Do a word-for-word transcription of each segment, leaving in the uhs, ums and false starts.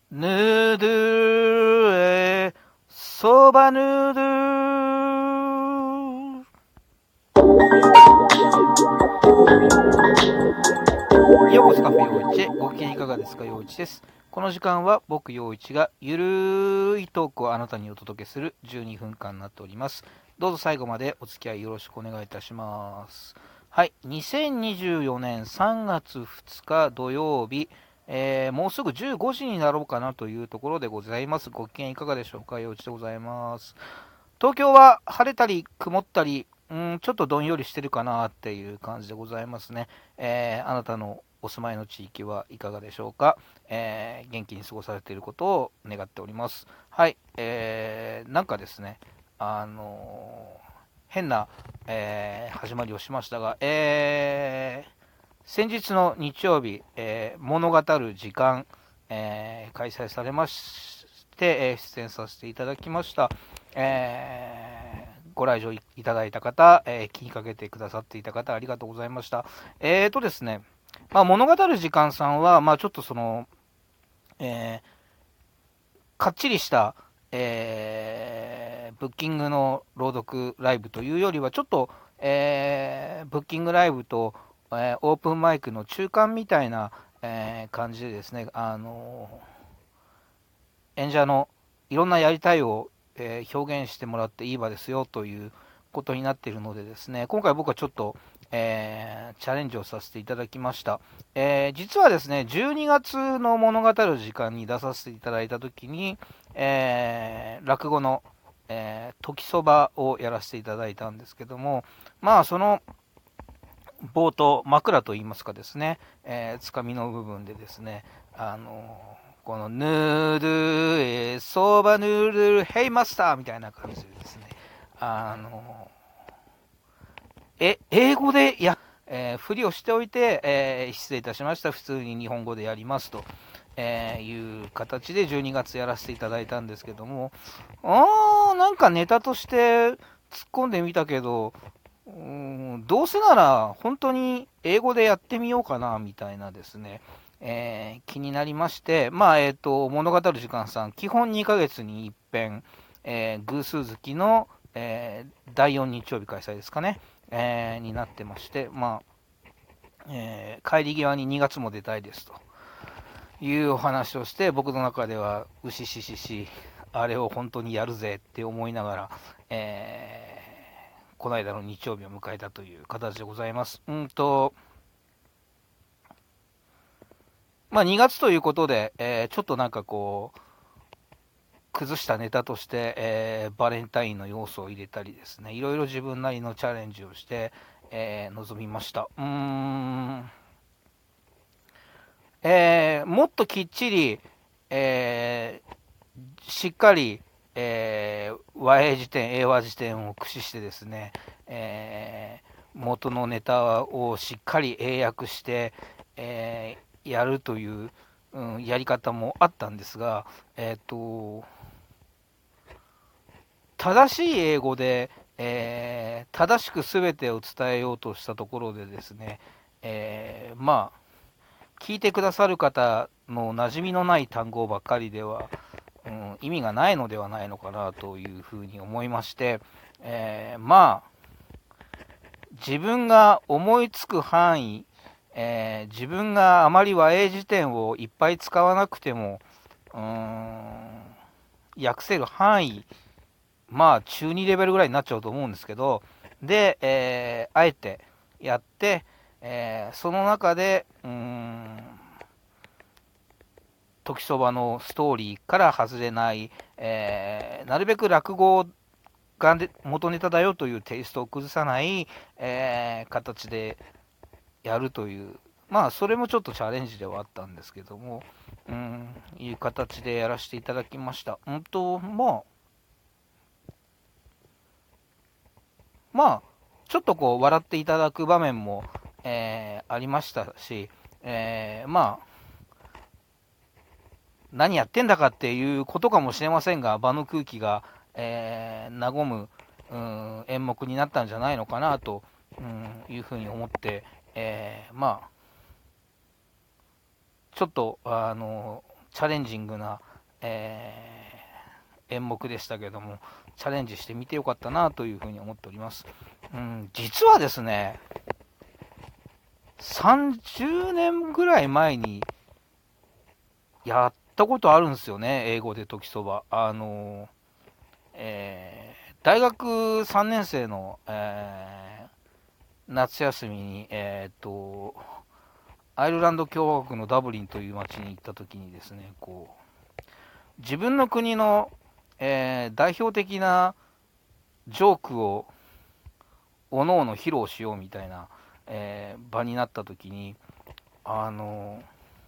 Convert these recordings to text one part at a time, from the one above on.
ヌードゥえそばヌードゥようこそカフェ陽一へ。ご機嫌いかがですか？陽一です。この時間は僕陽一がゆるいトークをあなたにお届けするじゅうにふんかんになっております。どうぞ最後までお付き合いよろしくお願いいたします。はい、にせんにじゅうよねんさんがつふつか土曜日、えー、もうすぐじゅうごじになろうかなというところでございます。ご機嫌いかがでしょうか？陽一でございます。東京は晴れたり曇ったり、うん、ちょっとどんよりしてるかなっていう感じでございますね。えー、あなたのお住まいの地域はいかがでしょうか？えー、元気に過ごされていることを願っております。はい、えー、なんかですね、あのー変な、えー始まりをしましたが、えー先日の日曜日、えー物語る時間、えー開催されまして、えー出演させていただきました。えーご来場いただいた方、えー気にかけてくださっていた方、ありがとうございました。えーとですね、まあ、物語る時間さんは、まあ、ちょっとその、えーかっちりした、えーブッキングの朗読ライブというよりは、ちょっと、えーブッキングライブと、えーオープンマイクの中間みたいな、えー感じでですね、あのー演者のいろんなやりたいを、えー表現してもらっていい場ですよということになっているのでですね、今回僕はちょっと、えーチャレンジをさせていただきました。えー実はですね、じゅうにがつの物語る時間に出させていただいたときに、えー落語の、えー時そばをやらせていただいたんですけども、まあその冒頭、枕といいますかですね、えーつかみの部分でですね、あのーこのヌードゥエソバヌードゥヘイマスターみたいな感じでですね、あのーえ、英語でや、えーふりをしておいて、えー失礼いたしました。普通に日本語でやりますと、えーいう形でじゅうにがつやらせていただいたんですけども、あー、なんかネタとして突っ込んでみたけど、うーんどうせなら本当に英語でやってみようかなみたいなですね、えー気になりまして、まあ、えっ、と、物語る時間さん、基本にかげつに一遍、えー偶数月の、えーだいよん日曜日開催ですかね、えーになってまして、まあ、えー帰り際ににがつも出たいですというお話をして、僕の中では、うしししし、あれを本当にやるぜって思いながら、えーこの間の日曜日を迎えたという形でございます。うんと、まあにがつということで、えーちょっとなんかこう、崩したネタとして、えーバレンタインの要素を入れたりですね、いろいろ自分なりのチャレンジをして、えー臨みました。うーん、えーもっときっちり、えーしっかり、えー和英辞典、英和辞典を駆使してですね、えー元のネタをしっかり英訳して、えーやるという、うん、やり方もあったんですが、えっと、正しい英語で、えー正しく全てを伝えようとしたところでですね、えーまあ、聞いてくださる方の馴染みのない単語ばっかりでは、うん、意味がないのではないのかなというふうに思いまして、えーまあ、自分が思いつく範囲、えー自分があまり和英辞典をいっぱい使わなくても、うーん、訳せる範囲、まあ、中にレベルぐらいになっちゃうと思うんですけど、で、えーあえてやって、えーその中で、うーん、時そばのストーリーから外れない、えーなるべく落語が元ネタだよというテイストを崩さない、えー形でやるという、まあ、それもちょっとチャレンジではあったんですけども、うん、いう形でやらせていただきました。うんと、まあ、まあ、ちょっとこう、笑っていただく場面も、えーありましたし、えーまあ、何やってんだかっていうことかもしれませんが、場の空気が、えー和む、うん、演目になったんじゃないのかなと、うん、いうふうに思って、えーまあ、ちょっと、あの、 チャレンジングな、えー演目でしたけども、チャレンジしてみてよかったなというふうに思っております。うん、実はですね、さんじゅうねんぐらい前にやったことあるんですよね、英語で時そば。あの、えー大学さんねん生の、えー夏休みに、えーっと、アイルランド共和国のダブリンという町に行った時にですね、こう、自分の国の、えー代表的なジョークをおのおの披露しようみたいな、えー場になった時に、あの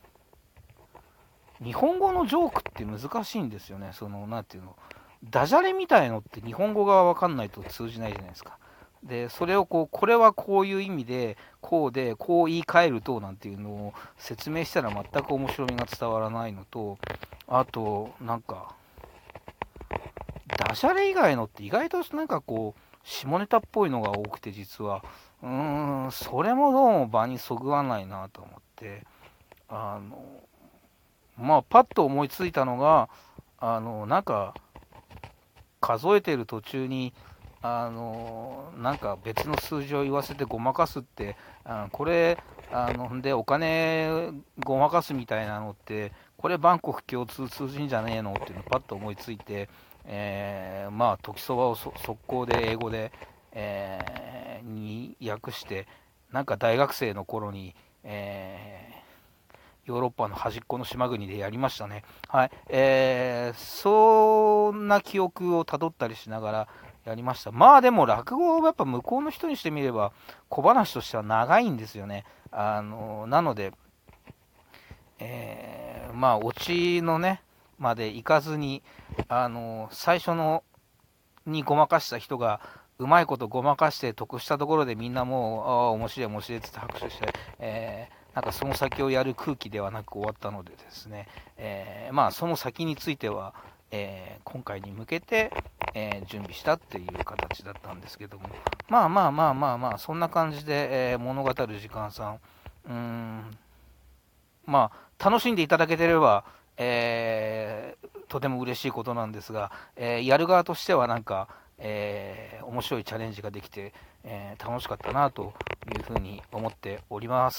日本語のジョークって難しいんですよね。その、なんていうの、ダジャレみたいのって日本語がわかんないと通じないじゃないですか。で、それをこう、これはこういう意味で、こうで、こう言い換えると、なんていうのを説明したら全く面白みが伝わらないのと、あと、なんか、ダジャレ以外のって意外となんかこう、下ネタっぽいのが多くて実は、うーん、それもどうも場にそぐわないなと思って、あの、まあ、パッと思いついたのが、あの、なんか、数えてる途中に、あの、なんか別の数字を言わせてごまかすって、あこれ、あの、で、お金ごまかすみたいなのって、これバンコク共通通じんじゃねえのっていうのをパッと思いついて、えーまあ、時そばをそ速攻で英語で、えーに訳して、なんか大学生の頃に、えーヨーロッパの端っこの島国でやりましたね。はい。えー、そんな記憶をたどったりしながらやりました。まあでも落語はやっぱ向こうの人にしてみれば小話としては長いんですよね。あの、なので、えー、まあオチのね、まで行かずに、あの、最初のにごまかした人がうまいことごまかして得したところでみんなもう、ああ、面白い面白いっつって拍手して、えーなんかその先をやる空気ではなく終わったのでですね、えーまあその先については、えー今回に向けて、えー準備したっていう形だったんですけども、まあまあまあまあまあ、そんな感じで、えー物語る時間さん、うーん、まあ楽しんでいただけてれば、えーとても嬉しいことなんですが、えーやる側としてはなんか、えー面白いチャレンジができて、えー楽しかったなというふうに思っております。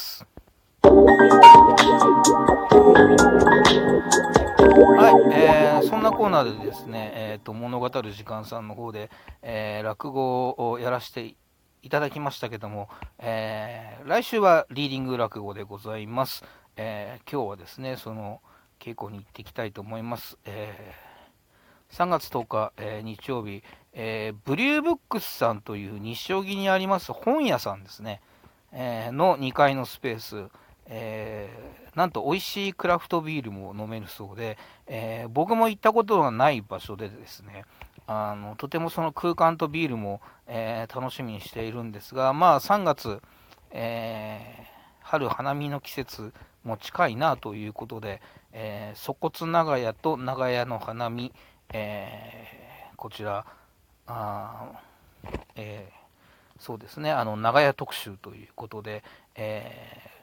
はい、えーそんなコーナーでですね、えーと物語る時間さんの方で、えー落語をやらせていただきましたけども、えー来週はリーディング落語でございます。えー今日はですね、その稽古に行っていきたいと思います。えーさんがつとおか、えー日曜日、えーブリューブックスさんという西荻にあります本屋さんですね、えーのにかいのスペース、えーなんと美味しいクラフトビールも飲めるそうで、えー僕も行ったことがない場所でですね、あのとてもその空間とビールも、えー楽しみにしているんですが、まあさんがつ、えー春花見の季節も近いなということで、えー、粗骨長屋と長屋の花見、えーこちら、あーえーそうですね、あの長屋特集ということで、えー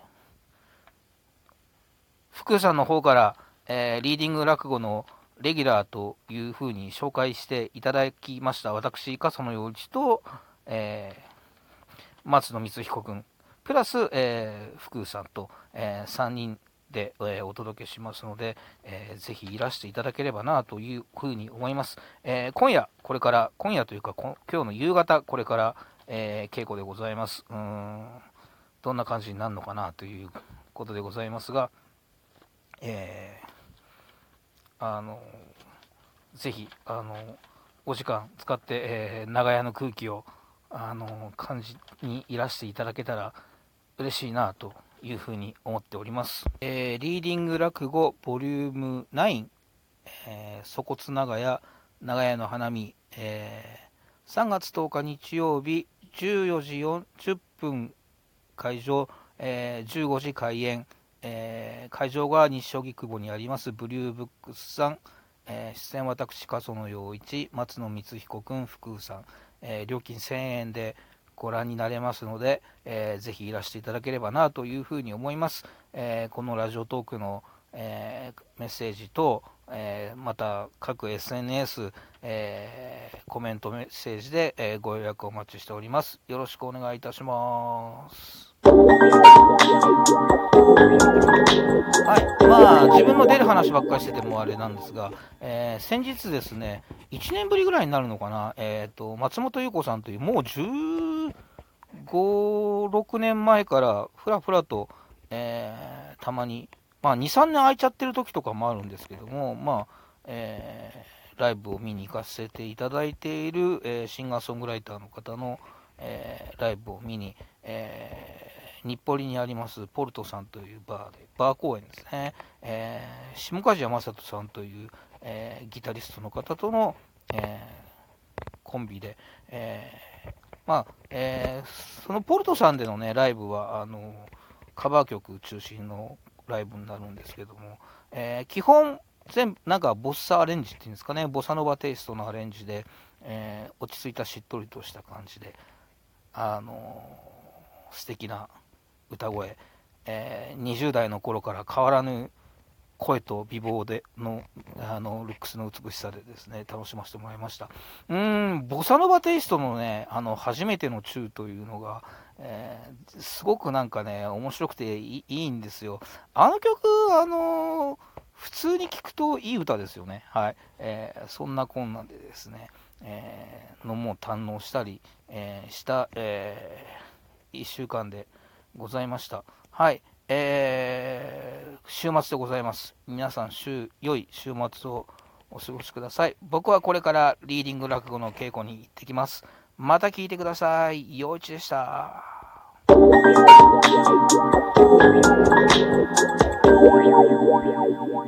福さんの方から、えーリーディング落語のレギュラーというふうに紹介していただきました私、笠野陽一と、えー松野光彦君、プラス、えー福さんと、えーさんにんで、えーお届けしますので、えーぜひいらしていただければなというふうに思います。えー今夜、これから、今夜というか、今日の夕方、これから、えー稽古でございます。うーん、どんな感じになるのかなということでございますが、えーあの、ぜひ、あの、お時間使って、えー長屋の空気を、あの、感じにいらしていただけたら嬉しいなというふうに思っております。えーリーディング落語ボリュームナイン、えー、粗骨長屋、長屋の花見、えーさんがつとおか日曜日、じゅうよじよんじゅっぷん会場、えーじゅうごじ開演、えー会場が西荻窪にありますブリューブックスさん、えー出演私、笠野陽一、松野光彦君、福さん、えー料金せんえんでご覧になれますので、えーぜひいらしていただければなというふうに思います。えーこのラジオトークのえーメッセージと、えーまた各 エスエヌエス、えーコメントメッセージで、えーご予約お待ちしております。よろしくお願いいたします。はい、まあ自分の出る話ばっかりしててもあれなんですが、えー先日ですね、いちねんぶりぐらいになるのかな、えー、と松本優子さんという、もうじゅうご、ろくねんまえからふらふらと、えーたまに、まあ、に、さんねん空いちゃってる時とかもあるんですけども、まあえーライブを見に行かせていただいている、えーシンガーソングライターの方の、えーライブを見に、えー日暮里にありますポルトさんというバーで、バー公演ですね、えー下梶山里さんという、えーギタリストの方との、えーコンビで、えーまあえーそのポルトさんでの、ね、ライブはあのカバー曲中心のライブになるんですけども、えー基本全部なんかボッサアレンジっていうんですかね、ボサノバテイストのアレンジで、えー落ち着いたしっとりとした感じで、あの素敵な歌声、えーにじゅう代の頃から変わらぬ声と美貌でのあのルックスの美しさでですね、楽しませてもらいました。うーん、ボサノバテイストのね、あの初めてのチューというのが、えーすごくなんかね、面白くていい、いいんですよ。あの曲、あの普通に聴くといい歌ですよね。はい。えーそんなこんなんでですね、えーのも堪能したり、えーした、えいっしゅうかんでございました。はい。えー週末でございます。皆さん週、良い週末をお過ごしください。僕はこれからリーディング落語の稽古に行ってきます。また聞いてください。陽一でした。